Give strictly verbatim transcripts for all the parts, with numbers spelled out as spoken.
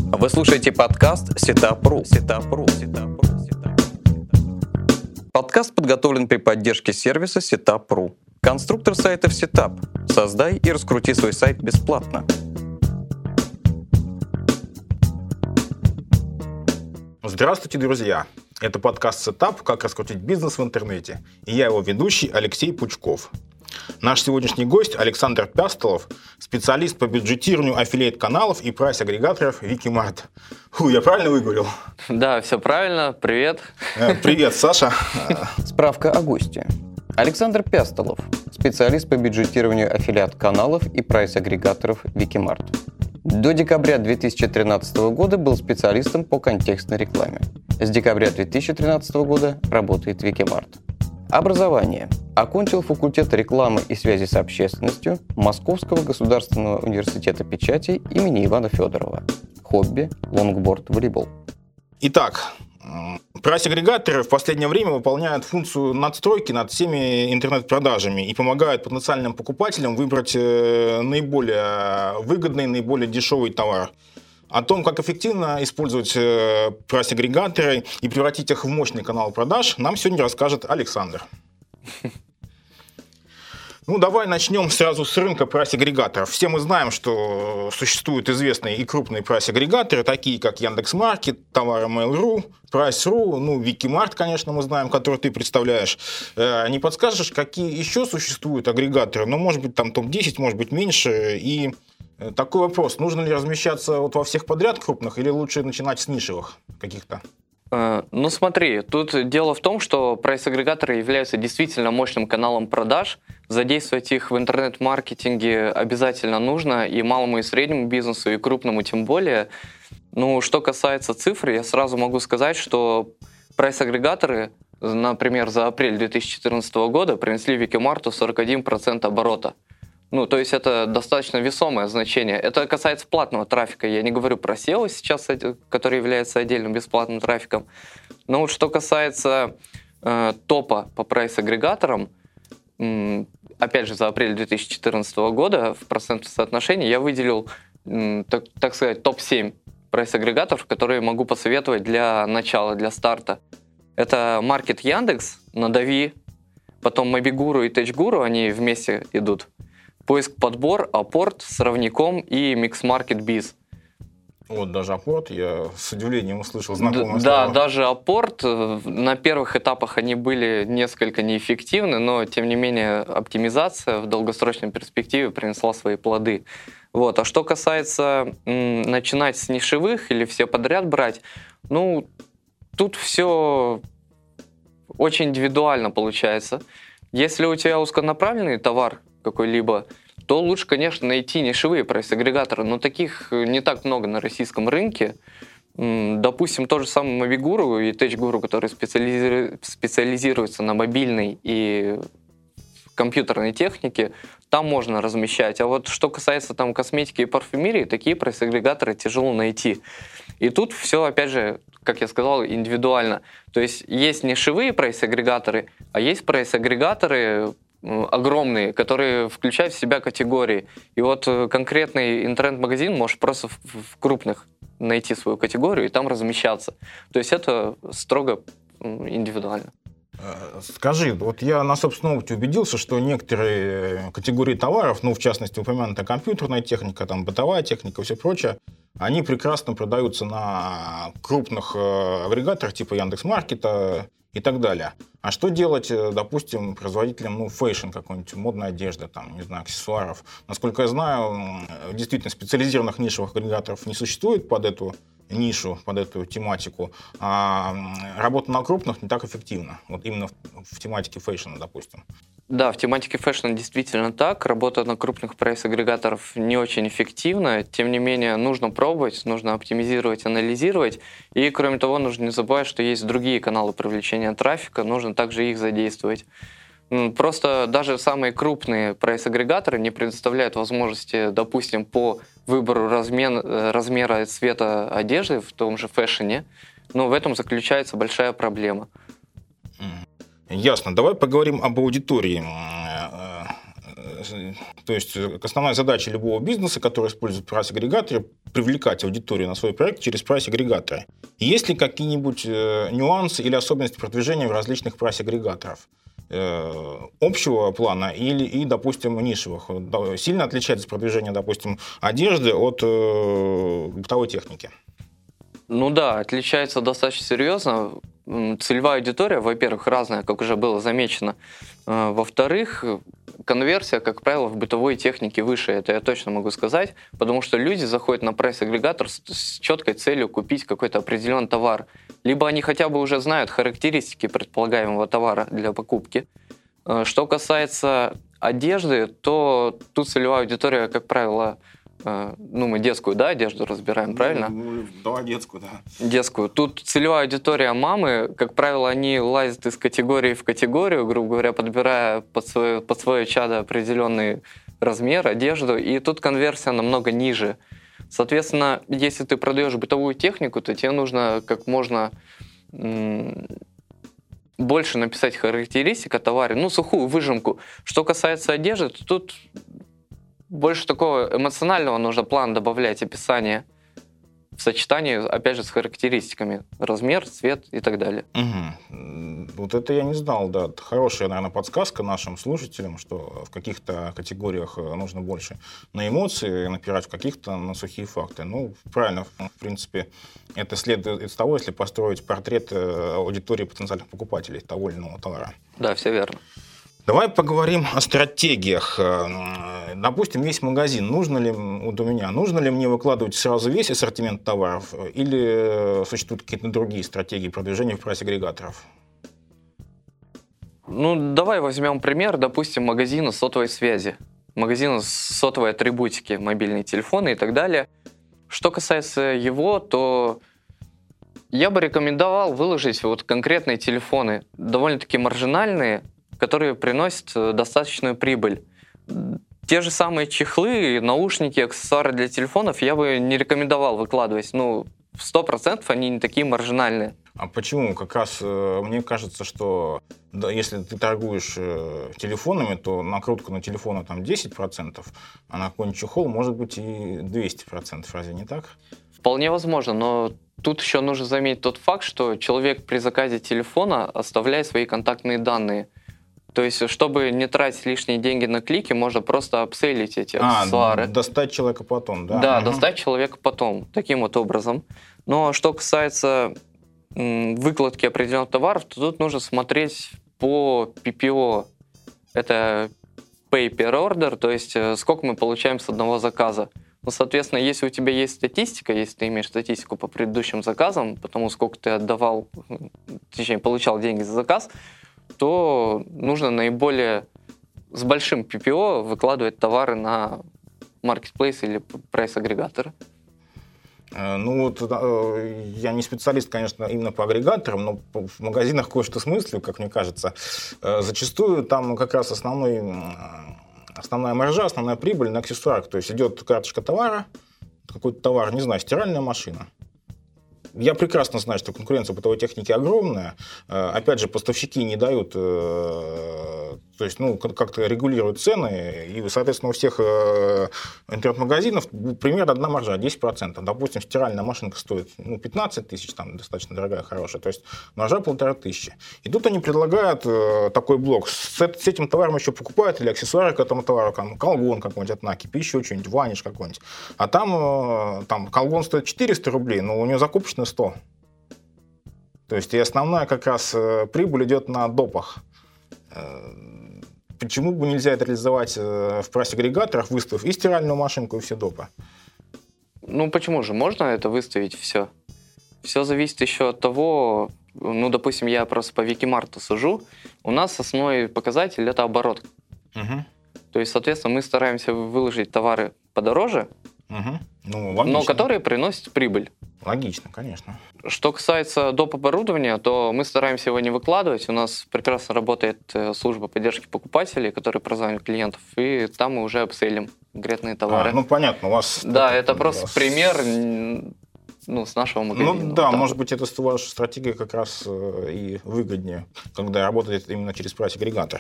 Вы слушаете подкаст Setup.ru. Setup.ru. Подкаст подготовлен при поддержке сервиса Setup.ru. Конструктор сайтов Setup. Создай и раскрути свой сайт бесплатно. Здравствуйте, друзья! Это подкаст Setup «Как раскрутить бизнес в интернете». И я его ведущий Алексей Пучков. Наш сегодняшний гость Александр Пястолов, специалист по бюджетированию аффилиейт-каналов и прайс-агрегаторов Викимарт. Фу, я правильно выговорил? Да, все правильно. Привет. Привет, Саша. Справка о госте. Александр Пястолов, специалист по бюджетированию аффилиат-каналов и прайс-агрегаторов Викимарт. До декабря две тысячи тринадцатого года был специалистом по контекстной рекламе. С декабря две тысячи тринадцатого года работает Викимарт. Образование. Окончил факультет рекламы и связи с общественностью Московского государственного университета печати имени Ивана Федорова. Хобби – лонгборд, волейбол. Итак, прайс-агрегаторы в последнее время выполняют функцию надстройки над всеми интернет-продажами и помогают потенциальным покупателям выбрать наиболее выгодный, наиболее дешевый товар. О том, как эффективно использовать прайс-агрегаторы и превратить их в мощный канал продаж, нам сегодня расскажет Александр. Ну, давай начнем сразу с рынка прайс-агрегаторов. Все мы знаем, что существуют известные и крупные прайс-агрегаторы, такие как Яндекс.Маркет, Товары точка мейл точка ру, Прайс точка ру, ну, Викимарт, конечно, мы знаем, который ты представляешь. Не подскажешь, какие еще существуют агрегаторы? Ну, может быть, там топ десять, может быть, меньше. И такой вопрос, нужно ли размещаться вот во всех подряд крупных или лучше начинать с нишевых каких-то? Ну смотри, тут дело в том, что прайс-агрегаторы являются действительно мощным каналом продаж. Задействовать их в интернет-маркетинге обязательно нужно и малому, и среднему бизнесу, и крупному тем более. Ну, что касается цифр, я сразу могу сказать, что прайс-агрегаторы, например, за апрель две тысячи четырнадцатого года принесли Викимарту сорок один процент оборота. Ну, то есть это достаточно весомое значение. Это касается платного трафика. Я не говорю про сео сейчас, который является отдельным бесплатным трафиком. Но вот что касается э, топа по прайс-агрегаторам, э, опять же, за апрель две тысячи четырнадцатого года в процентном соотношении я выделил, э, так, так сказать, топ семь прайс-агрегаторов, которые могу посоветовать для начала, для старта. Это Маркет Яндекс, Надави, потом Мобигуру и Тэчгуру, они вместе идут. Поиск Подбор, Апорт, Сравником и Микс-маркет Biz. Вот даже Апорт, я с удивлением услышал знакомое Д- Да, слово. даже Апорт. На первых этапах они были несколько неэффективны, но тем не менее оптимизация в долгосрочной перспективе принесла свои плоды. Вот. А что касается м, начинать с нишевых или все подряд брать, ну, тут все очень индивидуально получается. Если у тебя узконаправленный товар какой-либо, то лучше, конечно, найти нишевые прайс-агрегаторы, но таких не так много на российском рынке. Допустим, тот же самый Мобигуру и Тэчгуру, которые специализи... специализируются на мобильной и компьютерной технике, там можно размещать. А вот что касается там косметики и парфюмерии, такие прайс-агрегаторы тяжело найти. И тут все, опять же, как я сказал, индивидуально. То есть есть нишевые прайс-агрегаторы, а есть прайс-агрегаторы огромные, которые включают в себя категории. И вот конкретный интернет-магазин может просто в, в крупных найти свою категорию и там размещаться. То есть это строго индивидуально. Скажи, вот я на собственном опыте убедился, что некоторые категории товаров, ну, в частности, упомянутая компьютерная техника, там, бытовая техника и все прочее, они прекрасно продаются на крупных агрегаторах типа Яндекс.Маркета и так далее. А что делать, допустим, производителям, ну, фэшн какой-нибудь, модной одежды, там, не знаю, аксессуаров? Насколько я знаю, действительно специализированных нишевых агрегаторов не существует под эту нишу, под эту тематику, а работа на крупных не так эффективна. Вот именно в, в тематике фэшна, допустим. Да, в тематике фэшна действительно так. Работа на крупных прайс-агрегаторов не очень эффективна. Тем не менее, нужно пробовать, нужно оптимизировать, анализировать. И, кроме того, нужно не забывать, что есть другие каналы привлечения трафика, нужно также их задействовать. Просто даже самые крупные прайс-агрегаторы не предоставляют возможности, допустим, по выбору размен, размера и цвета одежды в том же фэшне. Но в этом заключается большая проблема. Ясно. Давай поговорим об аудитории. То есть основная задача любого бизнеса, который использует прайс-агрегаторы, привлекать аудиторию на свой проект через прайс-агрегаторы? Есть ли какие-нибудь нюансы или особенности продвижения в различных прайс-агрегаторов? Общего плана или, и, допустим, нишевых? Сильно отличается продвижение, допустим, одежды от бытовой техники? Ну да, отличается достаточно серьезно. Целевая аудитория, во-первых, разная, как уже было замечено. Во-вторых, конверсия, как правило, в бытовой технике выше, это я точно могу сказать, потому что люди заходят на прайс-агрегатор с четкой целью купить какой-то определенный товар. Либо они хотя бы уже знают характеристики предполагаемого товара для покупки. Что касается одежды, то тут целевая аудитория, как правило, ну, мы детскую, да, одежду разбираем, правильно? Ну, да, детскую, да. Детскую. Тут целевая аудитория мамы, как правило, они лазят из категории в категорию, грубо говоря, подбирая под свое, под свое чадо определенный размер, одежду, и тут конверсия намного ниже. Соответственно, если ты продаешь бытовую технику, то тебе нужно как можно м- больше написать характеристик о товаре, ну, сухую выжимку. Что касается одежды, то тут больше такого эмоционального нужно плана добавлять, описание в сочетании, опять же, с характеристиками. Размер, цвет и так далее. Угу. Вот это я не знал, да. Это хорошая, наверное, подсказка нашим слушателям, что в каких-то категориях нужно больше на эмоции напирать, в каких-то на сухие факты. Ну, правильно, в принципе, это следует из того, если построить портрет аудитории потенциальных покупателей того или иного товара. Да, все верно. Давай поговорим о стратегиях. Допустим, есть магазин. Нужно ли, вот у меня, нужно ли мне выкладывать сразу весь ассортимент товаров или существуют какие-то другие стратегии продвижения в прайс-агрегаторов? Ну, давай возьмем пример, допустим, магазина сотовой связи. Магазина сотовой атрибутики, мобильные телефоны и так далее. Что касается его, то я бы рекомендовал выложить вот конкретные телефоны, довольно-таки маржинальные, которые приносят достаточную прибыль. Те же самые чехлы, наушники, аксессуары для телефонов я бы не рекомендовал выкладывать. Ну, в сто процентов они не такие маржинальные. А почему? Как раз э, мне кажется, что да, если ты торгуешь э, телефонами, то накрутка на телефоны там десять процентов, а на какой-нибудь чехол может быть и двести процентов. Разве не так? Вполне возможно, но тут еще нужно заметить тот факт, что человек при заказе телефона оставляет свои контактные данные. То есть, чтобы не тратить лишние деньги на клики, можно просто апселить эти аксессуары. А, достать человека потом, да? Да, угу. достать человека потом, таким вот образом. Но что касается м, выкладки определенных товаров, то тут нужно смотреть по пи пи о. Это Pay Per Order, то есть сколько мы получаем с одного заказа. Ну, соответственно, если у тебя есть статистика, если ты имеешь статистику по предыдущим заказам, потому сколько ты отдавал, точнее, получал деньги за заказ, то нужно наиболее с большим пи пи о выкладывать товары на маркетплейс или прайс-агрегаторы. Ну вот я не специалист, конечно, именно по агрегаторам, но в магазинах кое-что смыслю, как мне кажется. Зачастую там как раз основной, основная маржа, основная прибыль на аксессуарах. То есть идет карточка товара, какой-то товар, не знаю, стиральная машина. Я прекрасно знаю, что конкуренция бытовой техники огромная. Опять же, поставщики не дают, то есть, ну, как-то регулируют цены, и, соответственно, у всех интернет-магазинов примерно одна маржа, десять процентов. Допустим, стиральная машинка стоит ну, пятнадцать тысяч, там, достаточно дорогая, хорошая, то есть маржа полторы тысячи. И тут они предлагают такой блок. С, с этим товаром еще покупают или аксессуары к этому товару, там, колгон какой-нибудь от Накипи, еще что-нибудь, ваниш какой-нибудь. А там, там колгон стоит четыреста рублей, но у него закупочная сто. То есть и основная как раз прибыль идет на допах. Почему бы нельзя это реализовать в прайс-агрегаторах, выставив и стиральную машинку, и все допы? Ну почему же? Можно это выставить все? Все зависит еще от того, ну допустим, я просто по Викимарту сужу, у нас основной показатель это оборот. Угу. То есть, соответственно, мы стараемся выложить товары подороже, угу. ну, но которые приносят прибыль. Логично, конечно. Что касается доп. Оборудования, то мы стараемся его не выкладывать. У нас прекрасно работает служба поддержки покупателей, которая прозванивает клиентов, и там мы уже апселим конкретные товары. А, ну, понятно, у вас... Да, это просто вас... пример ну, с нашего магазина. Ну, да, вот может быть, это ваша стратегия как раз и выгоднее, когда работает именно через прайс-агрегатор.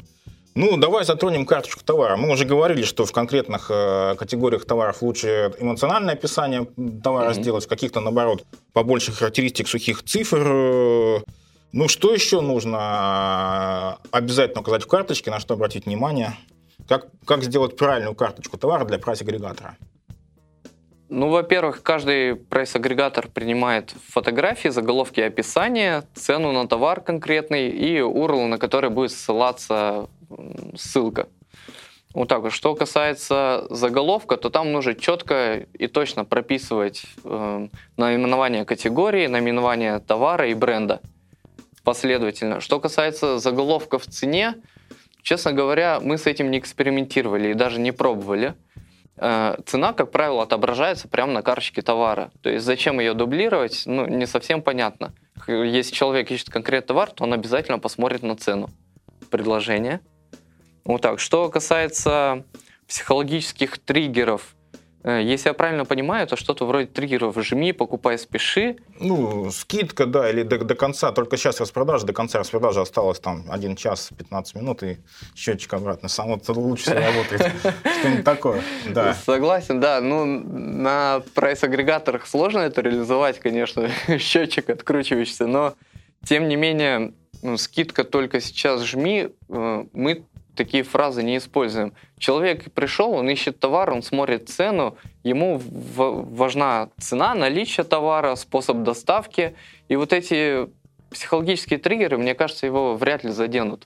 Ну, давай затронем карточку товара. Мы уже говорили, что в конкретных э, категориях товаров лучше эмоциональное описание товара mm-hmm. сделать, в каких-то, наоборот, побольше характеристик, сухих цифр. Ну, что еще нужно обязательно указать в карточке, на что обратить внимание? Как, как сделать правильную карточку товара для прайс-агрегатора? Ну, во-первых, каждый прайс-агрегатор принимает фотографии, заголовки описания, цену на товар конкретный и ю ар эл, на который будет ссылаться ссылка. Вот так вот. Что касается заголовка, то там нужно четко и точно прописывать э, наименование категории, наименование товара и бренда последовательно. Что касается заголовка в цене, честно говоря, мы с этим не экспериментировали и даже не пробовали. Э, цена, как правило, отображается прямо на карточке товара. То есть зачем ее дублировать, ну, не совсем понятно. Если человек ищет конкретный товар, то он обязательно посмотрит на цену предложения. Вот так. Что касается психологических триггеров, если я правильно понимаю, то что-то вроде триггеров «жми», «покупай, спеши». Ну, скидка, да, или до, до конца, только сейчас распродажа, до конца распродажи осталось там один час пятнадцать минут, и счетчик обратно сам вот лучше работает. Что-нибудь такое, да. Согласен, да. Ну, на прайс-агрегаторах сложно это реализовать, конечно, счетчик откручивающийся, но, тем не менее, ну, скидка только сейчас «жми», мы такие фразы не используем. Человек пришел, он ищет товар, он смотрит цену, ему важна цена, наличие товара, способ доставки. И вот эти психологические триггеры, мне кажется, его вряд ли заденут.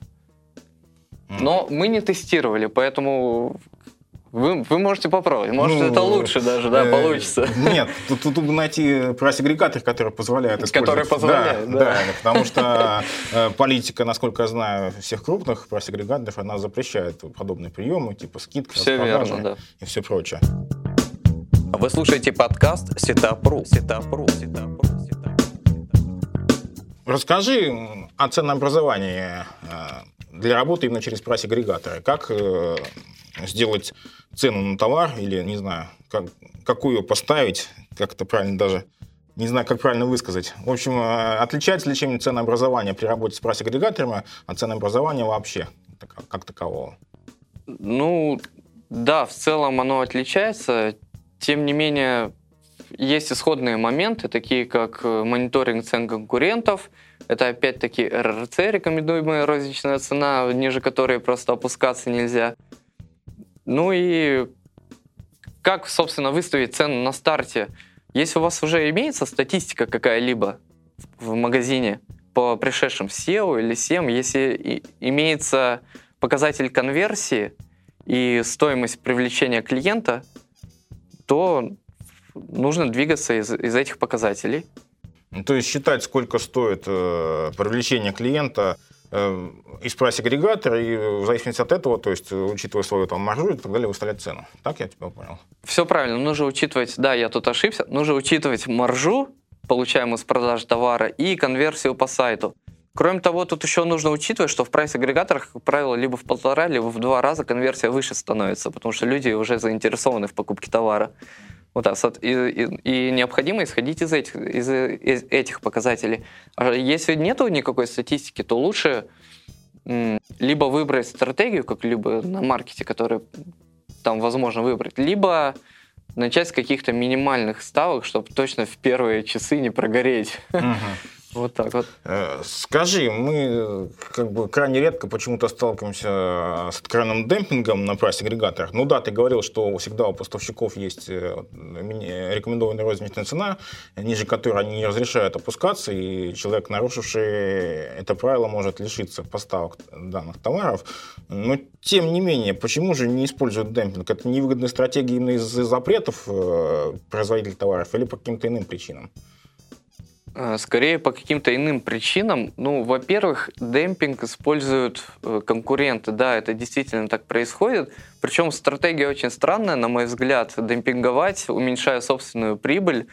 Но мы не тестировали, поэтому вы, вы можете попробовать. Может, ну, это лучше даже, да, э, получится. Нет, тут, тут найти прайс-агрегатор, который позволяет использовать. Который позволяет, да. Да, да, потому что э, политика, насколько я знаю, всех крупных прайс-агрегаторов, она запрещает подобные приемы, типа скидка, все верно, да. И все прочее. Вы слушаете подкаст Setup.ru. Setup.ru. Расскажи о ценообразовании для работы именно через прайс-агрегаторы. Как э, сделать цену на товар или, не знаю, как, какую поставить, как это правильно даже, не знаю, как правильно высказать. В общем, отличается ли чем-нибудь ценообразование при работе с прайс-агрегаторами от ценообразования вообще, как такового? Ну, да, в целом оно отличается. Тем не менее, есть исходные моменты, такие как мониторинг цен конкурентов. Это опять-таки эр эр цэ, рекомендуемая розничная цена, ниже которой просто опускаться нельзя. Ну и как, собственно, выставить цену на старте? Если у вас уже имеется статистика какая-либо в магазине по пришедшим сео или сем, если имеется показатель конверсии и стоимость привлечения клиента, то нужно двигаться из, из этих показателей. То есть считать, сколько стоит э, привлечение клиента э, из прайс-агрегатора, и в зависимости от этого, то есть учитывая свою там маржу и так далее, выставлять цену. Так я тебя понял? Все правильно. Нужно учитывать, да, я тут ошибся, нужно учитывать маржу, получаемую с продажи товара, и конверсию по сайту. Кроме того, тут еще нужно учитывать, что в прайс-агрегаторах, как правило, либо в полтора, либо в два раза конверсия выше становится, потому что люди уже заинтересованы в покупке товара. Вот так. И, и, и необходимо исходить из этих, из, из этих показателей. А если нету никакой статистики, то лучше м, либо выбрать стратегию, как либо на маркете, которую там возможно выбрать, либо начать с каких-то минимальных ставок, чтобы точно в первые часы не прогореть. Uh-huh. Вот так вот. Скажи, мы как бы крайне редко почему-то сталкиваемся с откровенным демпингом на прайс-агрегаторах. Ну да, ты говорил, что всегда у поставщиков есть рекомендованная розничная цена, ниже которой они не разрешают опускаться, и человек, нарушивший это правило, может лишиться поставок данных товаров. Но тем не менее, почему же не используют демпинг? Это невыгодная стратегия именно из-за запретов производителей товаров или по каким-то иным причинам? Скорее по каким-то иным причинам. Ну, во-первых, демпинг используют конкуренты. Да, это действительно так происходит. Причем стратегия очень странная, на мой взгляд, демпинговать, уменьшая собственную прибыль.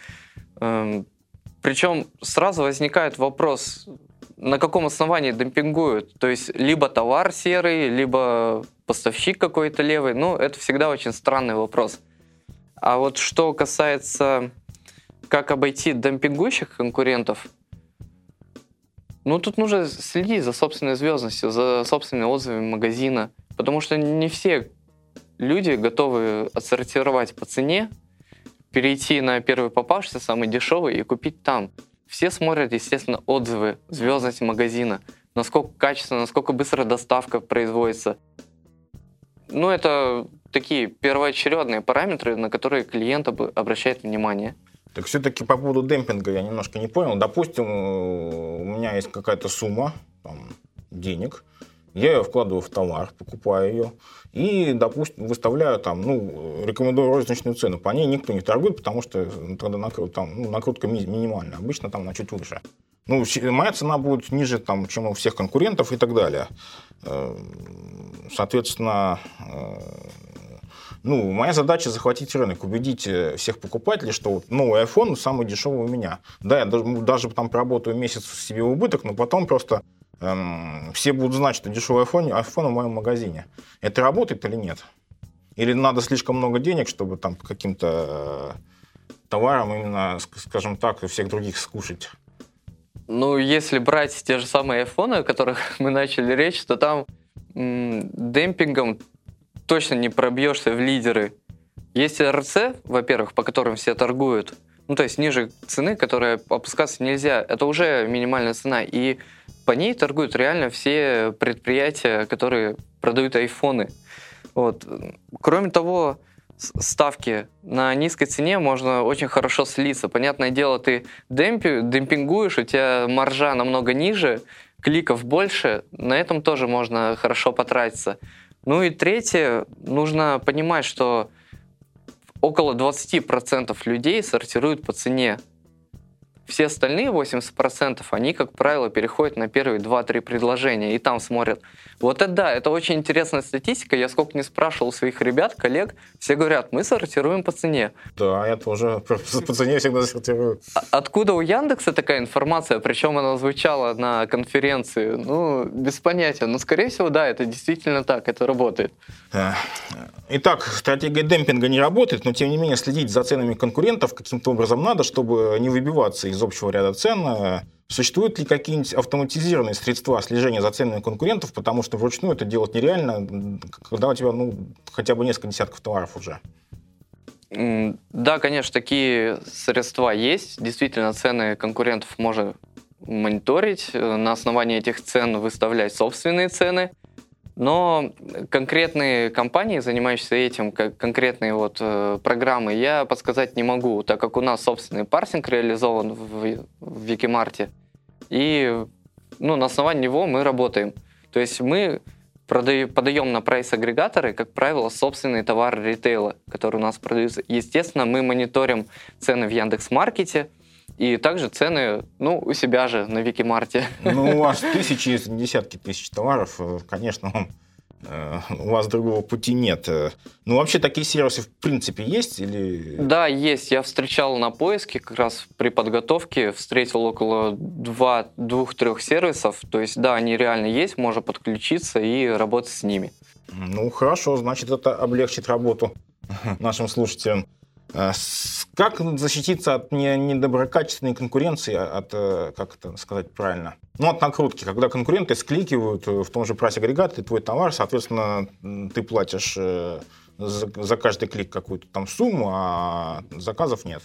Причем сразу возникает вопрос, на каком основании демпингуют. То есть либо товар серый, либо поставщик какой-то левый. Ну, это всегда очень странный вопрос. А вот что касается... Как обойти демпингующих конкурентов? Ну, тут нужно следить за собственной звездностью, за собственными отзывами магазина, потому что не все люди готовы отсортировать по цене, перейти на первый попавшийся, самый дешевый, и купить там. Все смотрят, естественно, отзывы, звездность магазина, насколько качественно, насколько быстро доставка производится. Ну, это такие первоочередные параметры, на которые клиент обращает внимание. Так все-таки по поводу демпинга я немножко не понял. Допустим, у меня есть какая-то сумма там, денег, я ее вкладываю в товар, покупаю ее и, допустим, выставляю там, ну, рекомендую розничную цену. По ней никто не торгует, потому что тогда накрут, там, ну, накрутка ми- минимальная, обычно там на чуть выше. Ну, моя цена будет ниже, там, чем у всех конкурентов и так далее. Соответственно, ну, моя задача захватить рынок, убедить всех покупателей, что вот новый iPhone самый дешевый у меня. Да, я даже, даже там поработаю месяц себе в убыток, но потом просто эм, все будут знать, что дешевый iPhone, iPhone в моем магазине. Это работает или нет? Или надо слишком много денег, чтобы там по каким-то э, товарам именно, скажем так, всех других скушать? Ну, если брать те же самые айфоны, о которых мы начали речь, то там м- демпингом точно не пробьешься в лидеры. Есть эр си, во-первых, по которым все торгуют, ну, то есть ниже цены, которая опускаться нельзя, это уже минимальная цена, и по ней торгуют реально все предприятия, которые продают айфоны. Вот. Кроме того, ставки на низкой цене можно очень хорошо слиться. Понятное дело, ты демпи, демпингуешь, у тебя маржа намного ниже, кликов больше, на этом тоже можно хорошо потратиться. Ну и третье, нужно понимать, что около двадцать процентов людей сортируют по цене. Все остальные восемьдесят процентов, они, как правило, переходят на первые два-три предложения и там смотрят. Вот это да, это очень интересная статистика. Я сколько не спрашивал у своих ребят, коллег, все говорят, мы сортируем по цене. Да, я тоже по цене всегда сортирую. Откуда у Яндекса такая информация, причем она звучала на конференции? Ну, без понятия. Но, скорее всего, да, это действительно так, это работает. Итак, стратегия демпинга не работает, но, тем не менее, следить за ценами конкурентов каким-то образом надо, чтобы не выбиваться из общего ряда цен. Существуют ли какие-нибудь автоматизированные средства слежения за ценами конкурентов, потому что вручную это делать нереально, когда у тебя ну, хотя бы несколько десятков товаров уже? Да, конечно, такие средства есть. Действительно, цены конкурентов можно мониторить, на основании этих цен выставлять собственные цены. Но конкретные компании, занимающиеся этим, как конкретные вот, э, программы, я подсказать не могу, так как у нас собственный парсинг реализован в, в Викимарте, и ну, на основании него мы работаем. То есть мы продаем, подаем на прайс-агрегаторы, как правило, собственные товары ритейла, которые у нас продаются. Естественно, мы мониторим цены в Яндекс.Маркете, и также цены, ну, у себя же на Викимарте. Ну, у вас тысячи, десятки тысяч товаров, конечно, у вас другого пути нет. Ну, вообще такие сервисы в принципе есть? Или... Да, есть. Я встречал на поиске, как раз при подготовке, встретил около двух-трех сервисов. То есть, да, они реально есть, можно подключиться и работать с ними. Ну, хорошо, значит, это облегчит работу нашим слушателям. Как защититься от недоброкачественной конкуренции, от, как это сказать правильно, ну, от накрутки, когда конкуренты скликивают в том же прайс-агрегаторе твой товар, соответственно, ты платишь за, за каждый клик какую-то там сумму, а заказов нет.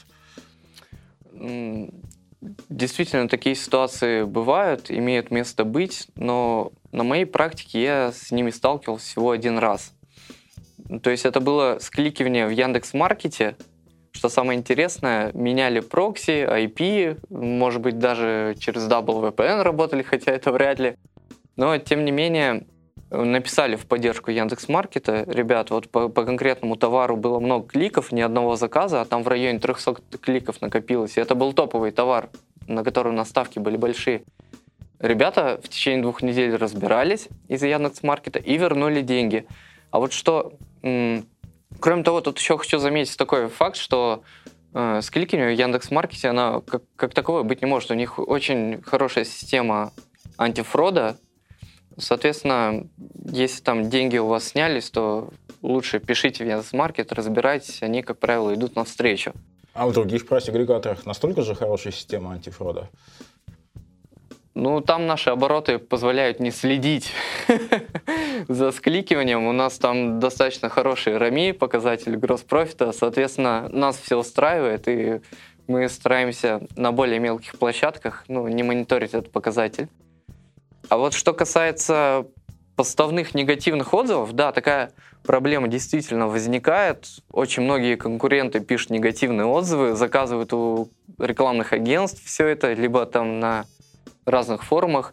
Действительно, такие ситуации бывают, имеют место быть, но на моей практике я с ними сталкивался всего один раз. То есть это было скликивание в Яндекс.Маркете. Что самое интересное, меняли прокси, ай пи, может быть, даже через дабл ви пи эн работали, хотя это вряд ли. Но, тем не менее, написали в поддержку Яндекс.Маркета, ребят, вот по, по конкретному товару было много кликов, ни одного заказа, а там в районе триста кликов накопилось. И это был топовый товар, на который у нас ставки были большие. Ребята в течение двух недель разбирались из-за Яндекс.Маркета и вернули деньги. А вот что... Кроме того, тут еще хочу заметить такой факт, что э, с кликами в Яндекс.Маркете она как, как таковой быть не может. У них очень хорошая система антифрода. Соответственно, если там деньги у вас снялись, то лучше пишите в Яндекс.Маркет, разбирайтесь, они, как правило, идут навстречу. А в других прайс-агрегаторах настолько же хорошая система антифрода? Ну, там наши обороты позволяют не следить за скликиванием. У нас там достаточно хороший эр эм и, показатель гросс-профита. Соответственно, нас все устраивает, и мы стараемся на более мелких площадках, ну, не мониторить этот показатель. А вот что касается поставных негативных отзывов, да, такая проблема действительно возникает. Очень многие конкуренты пишут негативные отзывы, заказывают у рекламных агентств все это, либо там на разных форумах.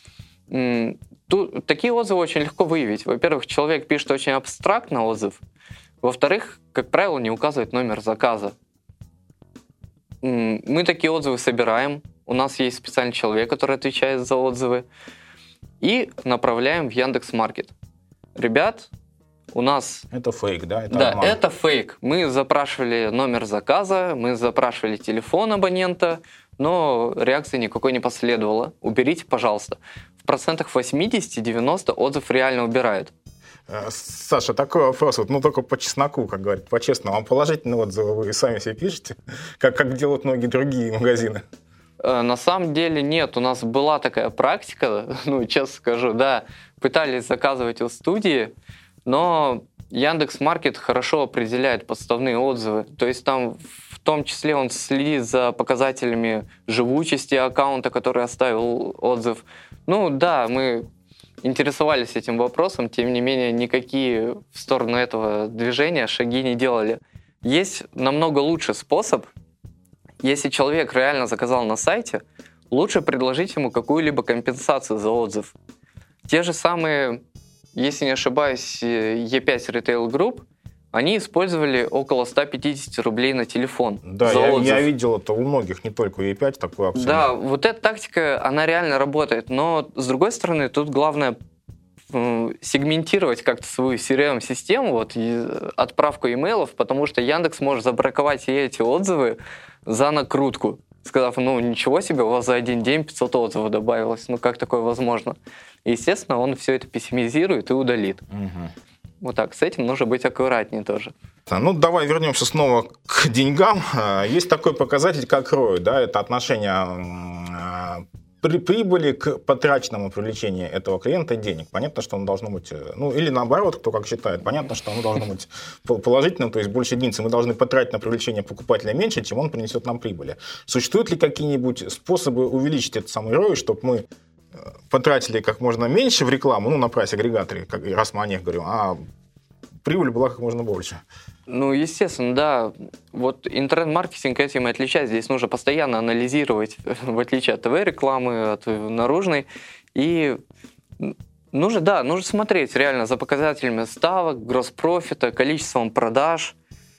Тут такие отзывы очень легко выявить. Во-первых, человек пишет очень абстрактно отзыв. Во-вторых, как правило, не указывает номер заказа. Мы такие отзывы собираем. У нас есть специальный человек, который отвечает за отзывы. И направляем в Яндекс.Маркет. Ребят, у нас... Это фейк, да? Это да, обман. это фейк. Мы запрашивали номер заказа, мы запрашивали телефон абонента, но реакции никакой не последовало. Уберите, пожалуйста. В процентах восемьдесят-девяносто отзыв реально убирают. Саша, такой вопрос, вот, ну только по чесноку, как говорят, по-честному. А положительные отзывы вы сами себе пишете, как, как делают многие другие магазины? На самом деле нет, у нас была такая практика, ну, честно скажу, да, пытались заказывать у студии, но Яндекс.Маркет хорошо определяет подставные отзывы, то есть там в том числе он следит за показателями живучести аккаунта, который оставил отзыв. Ну да, мы интересовались этим вопросом, тем не менее никакие в сторону этого движения шаги не делали. Есть намного лучший способ. Если человек реально заказал на сайте, лучше предложить ему какую-либо компенсацию за отзыв. Те же самые, если не ошибаюсь, и пять Retail Group, они использовали около сто пятьдесят рублей на телефон. Да, за я, отзыв. я видел это у многих, не только у и пять, такую опцию. Да, вот эта тактика, она реально работает, но с другой стороны, тут главное сегментировать как-то свою си эр эм-систему, вот, отправку имейлов, потому что Яндекс может забраковать и эти отзывы за накрутку, сказав, ну ничего себе, у вас за один день пятьсот отзывов добавилось, ну как такое возможно? И, естественно, он все это пессимизирует и удалит. Угу. Вот так, с этим нужно быть аккуратнее тоже. Ну, давай вернемся снова к деньгам. Есть такой показатель, как эр о и, да, это отношение при прибыли к потраченному привлечению этого клиента денег. Понятно, что оно должно быть, ну или наоборот, кто как считает, понятно, что оно должно быть положительным, то есть больше единицы мы должны потратить на привлечение покупателя меньше, чем он принесет нам прибыли. Существуют ли какие-нибудь способы увеличить этот самый эр о и, чтобы мы потратили как можно меньше в рекламу, ну на прайс-агрегаторе, раз мы о них говорим, а прибыль была как можно больше? Ну, естественно, да. Вот интернет-маркетинг этим и отличается. Здесь нужно постоянно анализировать, в отличие от ТВ-рекламы, от наружной. И нужно, да, нужно смотреть реально за показателями ставок, гросс-профита, количеством продаж,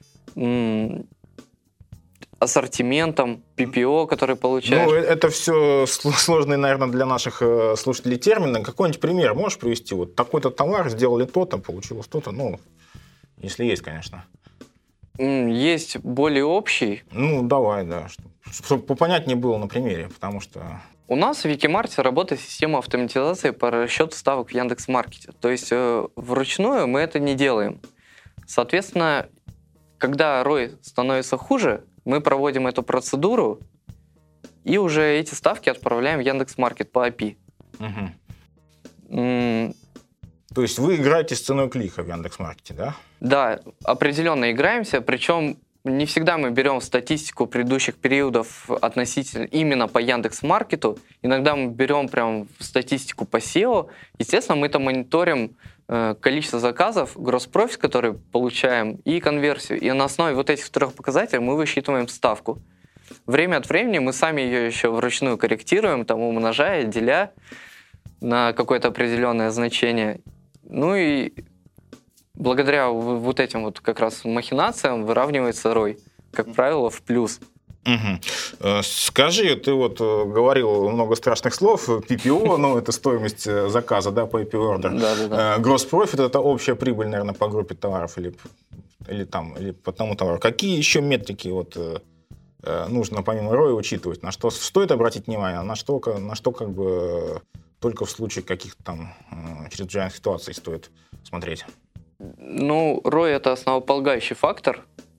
ассортиментом, пи пи о, который получаешь. Ну, это все сложные, наверное, для наших слушателей термины. Какой-нибудь пример можешь привести? Вот такой-то товар, сделали то-то, получилось то-то, ну, если есть, конечно. Есть более общий. Ну, давай, да, чтобы попонятнее было на примере, потому что... У нас в Викимарте работает система автоматизации по расчету ставок в Яндекс.Маркете. То есть э, вручную мы это не делаем. Соответственно, когда эр о и становится хуже, мы проводим эту процедуру и уже эти ставки отправляем в Яндекс.Маркет по эй пи ай. Угу. М- То есть вы играете с ценой клика в Яндекс.Маркете, да? Да, определенно играемся, причем не всегда мы берем статистику предыдущих периодов относительно именно по Яндекс.Маркету. Иногда мы берем прям статистику по сео. Естественно, мы там мониторим э, количество заказов, гросс-профит, который получаем, и конверсию. И на основе вот этих трех показателей мы высчитываем ставку. Время от времени мы сами ее еще вручную корректируем, там умножая, деля на какое-то определенное значение. Ну и благодаря вот этим вот как раз махинациям выравнивается эр о и, как правило, в плюс. Угу. Скажи, ты вот говорил много страшных слов, пи пи о, ну это стоимость заказа, да, по ай пи order. Да, да, да. Gross profit это общая прибыль, наверное, по группе товаров или, или там, или по тому товару. Какие еще метрики вот нужно помимо эр о и учитывать? На что стоит обратить внимание, на что, на что как бы только в случае каких-то там чрезвычайных ситуаций стоит смотреть? Ну, эр о и — это основополагающий фактор.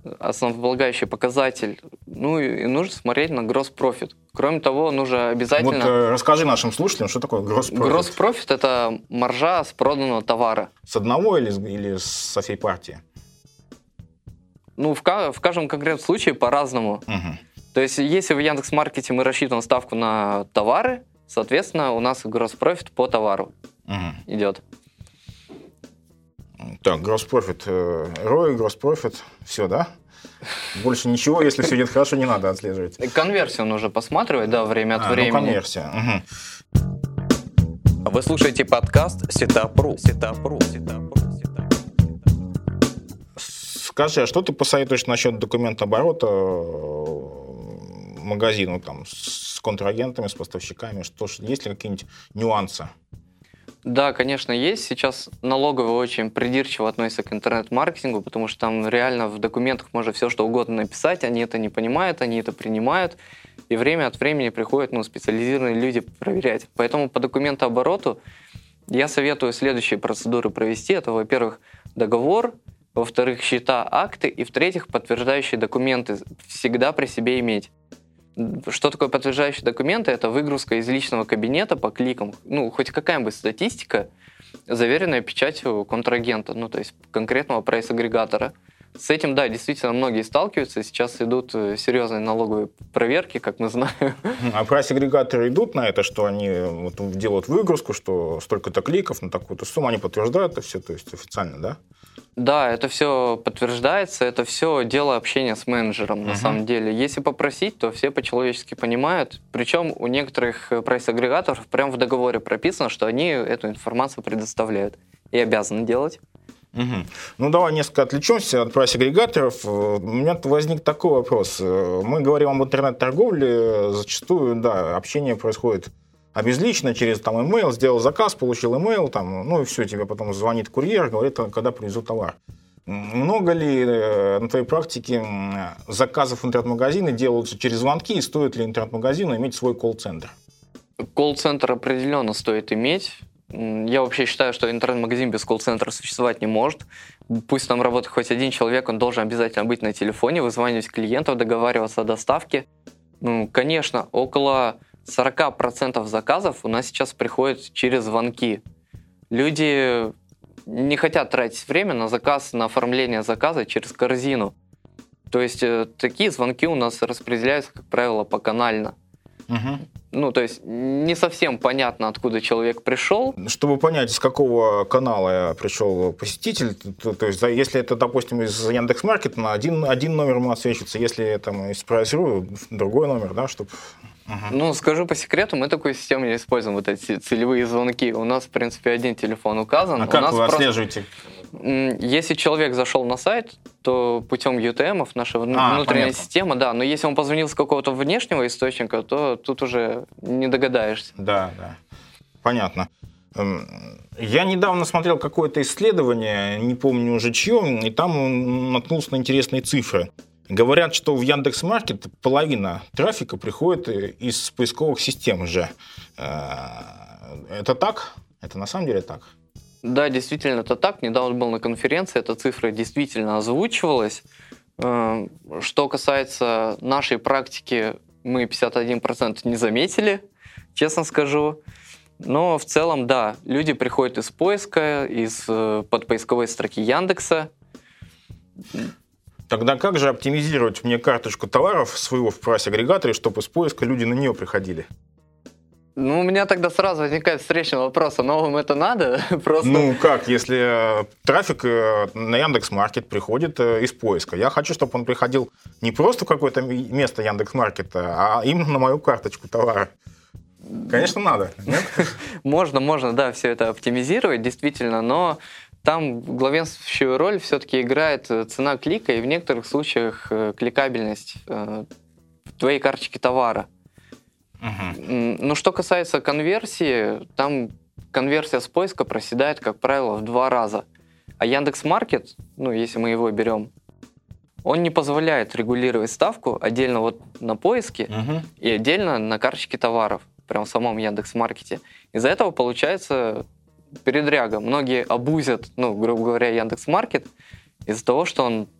основополагающий показатель. Ну и, и нужно смотреть на gross profit. Кроме того, нужно обязательно... Вот э, расскажи нашим слушателям, что такое gross profit. Gross profit – это маржа с проданного товара. С одного или, или со всей партии? Ну, в, в каждом конкретном случае по-разному. Угу. То есть, если в Яндекс.Маркете мы рассчитываем ставку на товары, соответственно, у нас gross profit по товару угу. идет. Так, gross profit, э, эр о и, gross profit, все, да? Больше ничего, если все идет хорошо, не надо отслеживать. Конверсию нужно посматривать, да, время от а, времени. Ну, конверсия. Угу. Вы слушаете подкаст Setup.ru. Setup.ru. Setup.ru. Скажи, а что ты посоветуешь насчет документа оборота магазину там, с контрагентами, с поставщиками? Что, есть ли какие-нибудь нюансы? Да, конечно, есть. Сейчас налоговые очень придирчиво относятся к интернет-маркетингу, потому что там реально в документах можно все что угодно написать, они это не понимают, они это принимают, и время от времени приходят ну, специализированные люди проверять. Поэтому по документообороту я советую следующие процедуры провести. Это, во-первых, договор, во-вторых, счета, акты, и, в-третьих, подтверждающие документы всегда при себе иметь. Что такое подтверждающие документы? Это выгрузка из личного кабинета по кликам. Ну, хоть какая-нибудь статистика, заверенная печатью контрагента, ну, то есть конкретного прайс-агрегатора. С этим, да, действительно, многие сталкиваются. Сейчас идут серьезные налоговые проверки, как мы знаем. А прайс-агрегаторы идут на это, что они вот делают выгрузку, что столько-то кликов на такую-то сумму, они подтверждают это все, то есть официально, да? Да, это все подтверждается, это все дело общения с менеджером, uh-huh. на самом деле. Если попросить, то все по-человечески понимают. Причем у некоторых прайс-агрегаторов прямо в договоре прописано, что они эту информацию предоставляют и обязаны делать. Угу. Ну, давай несколько отвлечемся от прайс-агрегаторов. У меня возник такой вопрос. Мы говорим об интернет-торговле, зачастую, да, общение происходит обезлично, через там email, сделал заказ, получил email, там, ну и все, тебе потом звонит курьер, говорит, когда привезут товар. Много ли на твоей практике заказов в интернет-магазины делаются через звонки, и стоит ли интернет-магазину иметь свой колл-центр? Колл-центр определенно стоит иметь. Я вообще считаю, что интернет-магазин без колл-центра существовать не может. Пусть там работает хоть один человек, он должен обязательно быть на телефоне, вызванивать клиентов, договариваться о доставке. Ну, конечно, около сорок процентов заказов у нас сейчас приходят через звонки. Люди не хотят тратить время на заказ, на оформление заказа через корзину. То есть такие звонки у нас распределяются, как правило, поканально. Угу. Ну, то есть не совсем понятно, откуда человек пришел. Чтобы понять, с какого канала пришел посетитель, то, то есть если это, допустим, из Яндекс.Маркета, на один, один номер ему отсвечивается, если это из Прайс.ру, другой номер, да, чтобы... Угу. Ну, скажу по секрету, мы такую систему не используем, вот эти целевые звонки. У нас, в принципе, один телефон указан. А как у нас вы просто... отслеживаете? Если человек зашел на сайт, то путем ю ти эм, наша внутренняя а, понятно. система, да, но если он позвонил с какого-то внешнего источника, то тут уже не догадаешься. Да, да, понятно. Я недавно смотрел какое-то исследование, не помню уже чье, и там наткнулся на интересные цифры. Говорят, что в Яндекс.Маркет половина трафика приходит из поисковых систем уже. Это так? Это на самом деле так? Да, действительно, это так. Недавно был на конференции, эта цифра действительно озвучивалась. Что касается нашей практики, мы пятьдесят один процент не заметили, честно скажу. Но в целом, да, люди приходят из поиска, из подпоисковой строки Яндекса. Тогда как же оптимизировать мне карточку товаров своего в прайс-агрегаторе, чтобы из поиска люди на нее приходили? Ну, у меня тогда сразу возникает встречный вопрос, а новым это надо? Просто... Ну, как, если трафик на Яндекс.Маркет приходит из поиска. Я хочу, чтобы он приходил не просто в какое-то место Яндекс.Маркета, а именно на мою карточку товара. Конечно, надо. Нет? Можно, можно, да, все это оптимизировать, действительно, но там главенствующую роль все-таки играет цена клика и в некоторых случаях кликабельность твоей карточки товара. Угу. Ну, что касается конверсии, там конверсия с поиска проседает, как правило, в два раза. А Яндекс.Маркет, ну, если мы его берем, он не позволяет регулировать ставку отдельно вот на поиске угу. и отдельно на карточке товаров, прямо в самом Яндекс.Маркете. Из-за этого получается передряга. Многие абузят, ну, грубо говоря, Яндекс.Маркет из-за того, что он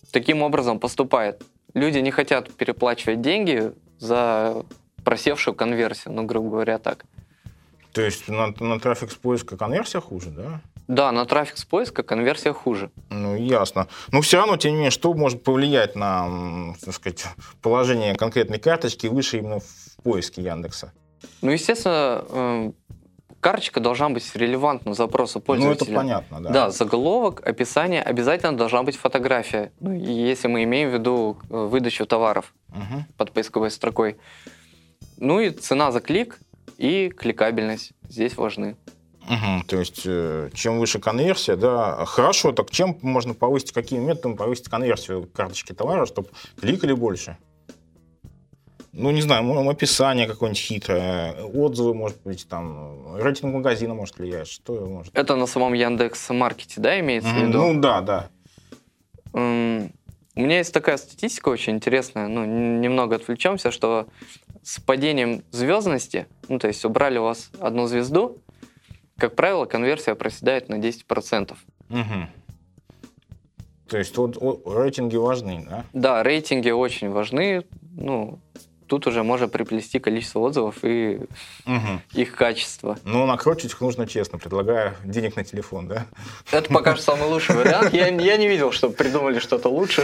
таким образом поступает. Люди не хотят переплачивать деньги за просевшую конверсию, ну, грубо говоря, так. То есть на, на трафик с поиска конверсия хуже, да? Да, на трафик с поиска конверсия хуже. Ну, ясно. Но все равно, тем не менее, что может повлиять на, так сказать, положение конкретной карточки выше именно в поиске Яндекса? Ну, естественно, карточка должна быть релевантна запросу пользователя. Ну, это понятно, да. Да, заголовок, описание, обязательно должна быть фотография. Ну, если мы имеем в виду выдачу товаров угу. под поисковой строкой. Ну и цена за клик и кликабельность здесь важны. Угу, то есть, чем выше конверсия, да, хорошо, так чем можно повысить, какими методами повысить конверсию карточки товара, чтобы кликали больше? Ну, не знаю, описание какое-нибудь хитрое, отзывы, может быть, там, рейтинг магазина может влиять, что может? Это на самом Яндекс.Маркете, да, имеется угу, в виду? Ну, да, да. Um, у меня есть такая статистика очень интересная, ну, немного отвлечемся, что с падением звездности, ну, то есть убрали у вас одну звезду, как правило, конверсия проседает на десять процентов. Угу. То есть вот, вот, рейтинги важны, да? Да, рейтинги очень важны. Ну, тут уже можно приплести количество отзывов и угу. их качество. Ну, накрутить их нужно честно, предлагая денег на телефон, да? Это пока что самый лучший вариант. Я, я не видел, чтобы придумали что-то лучше.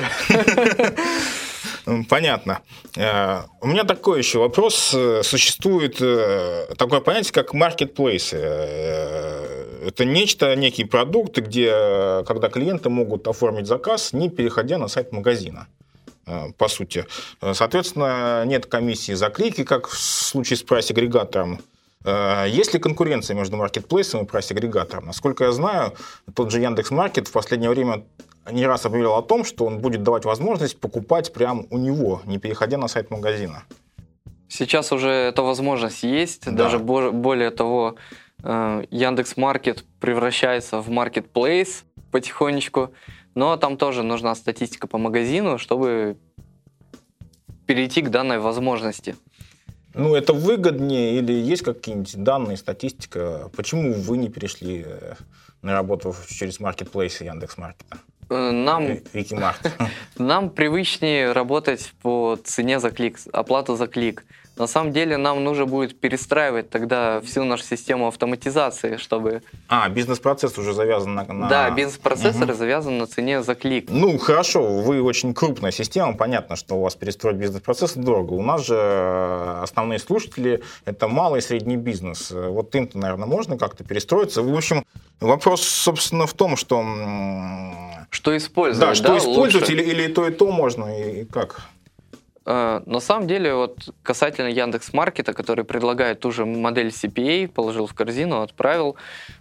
Понятно. У меня такой еще вопрос. Существует такое понятие, как маркетплейсы. Это нечто, некий продукт, где, когда клиенты могут оформить заказ, не переходя на сайт магазина, по сути. Соответственно, нет комиссии за клики, как в случае с прайс-агрегатором. Есть ли конкуренция между маркетплейсом и прайс-агрегатором? Насколько я знаю, тот же Яндекс.Маркет в последнее время не раз объявлял о том, что он будет давать возможность покупать прямо у него, не переходя на сайт магазина. Сейчас уже эта возможность есть. Да. Даже более того, Яндекс.Маркет превращается в маркетплейс потихонечку. Но там тоже нужна статистика по магазину, чтобы перейти к данной возможности. Ну, это выгоднее или есть какие-нибудь данные, статистика? Почему вы не перешли на работу через маркетплейсы Яндекс.Маркета? Нам, нам привычнее работать по цене за клик, оплата за клик. На самом деле нам нужно будет перестраивать тогда всю нашу систему автоматизации, чтобы... А, бизнес-процесс уже завязан на... на... Да, бизнес-процессор угу. завязан на цене за клик. Ну, хорошо, вы очень крупная система, понятно, что у вас перестроить бизнес-процесс дорого. У нас же основные слушатели – это малый и средний бизнес. Вот им-то, наверное, можно как-то перестроиться. В общем, вопрос, собственно, в том, что... Что использовать, да? что да, использовать или, или то, и то можно, и как? На самом деле, вот касательно Яндекс.Маркета, который предлагает ту же модель си пи эй, положил в корзину, отправил.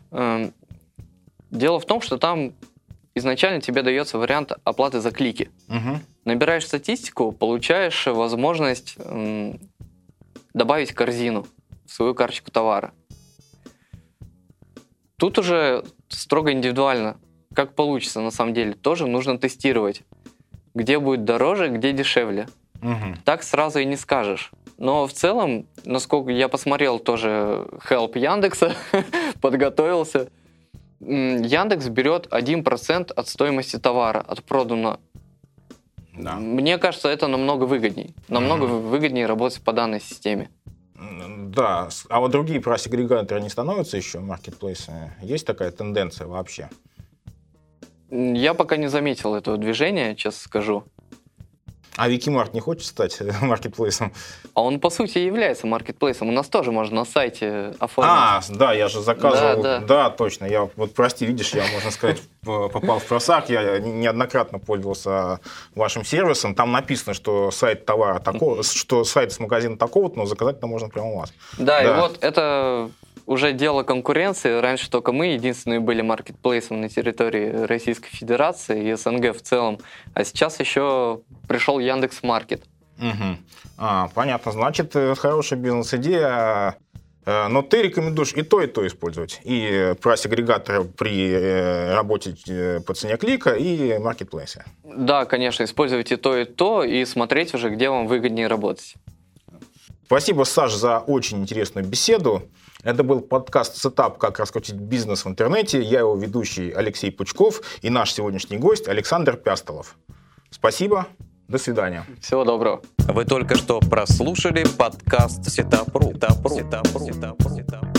Дело в том, что там изначально тебе дается вариант оплаты за клики. Угу. Набираешь статистику, получаешь возможность добавить корзину в свою карточку товара. Тут уже строго индивидуально. Как получится на самом деле, тоже нужно тестировать. Где будет дороже, где дешевле. Угу. Так сразу и не скажешь. Но в целом, насколько я посмотрел тоже Help Яндекса, подготовился, Яндекс берет один процент от стоимости товара, от проданного. Да. Мне кажется, это намного выгоднее. Намного угу. выгоднее работать по данной системе. Да, а вот другие прайс-агрегаторы не становятся еще маркетплейсами? Есть такая тенденция вообще? Я пока не заметил этого движения, честно скажу. А Викимарт не хочет стать маркетплейсом? А он, по сути, и является маркетплейсом. У нас тоже можно на сайте оформить. А, да, я же заказывал. Да, да. да точно. Я, вот прости, видишь, я, можно сказать, попал в просак. Я неоднократно пользовался вашим сервисом. Там написано, что сайт товара такого, что сайт с магазина такого-то, но заказать-то можно прямо у вас. Да, да, и вот это уже дело конкуренции. Раньше только мы единственные были маркетплейсом на территории Российской Федерации и СНГ в целом. А сейчас еще пришел Яндекс.Маркет. Угу. А, понятно. Значит, хорошая бизнес-идея. Но ты рекомендуешь и то, и то использовать. И прайс-агрегаторы при работе по цене клика, и маркетплейсы. Да, конечно. Использовать и то, и то, и смотреть уже, где вам выгоднее работать. Спасибо, Саш, за очень интересную беседу. Это был подкаст «Сетап. Как раскрутить бизнес в интернете». Я его ведущий Алексей Пучков и наш сегодняшний гость Александр Пястолов. Спасибо. До свидания. Всего доброго. Вы только что прослушали подкаст Setup.ru.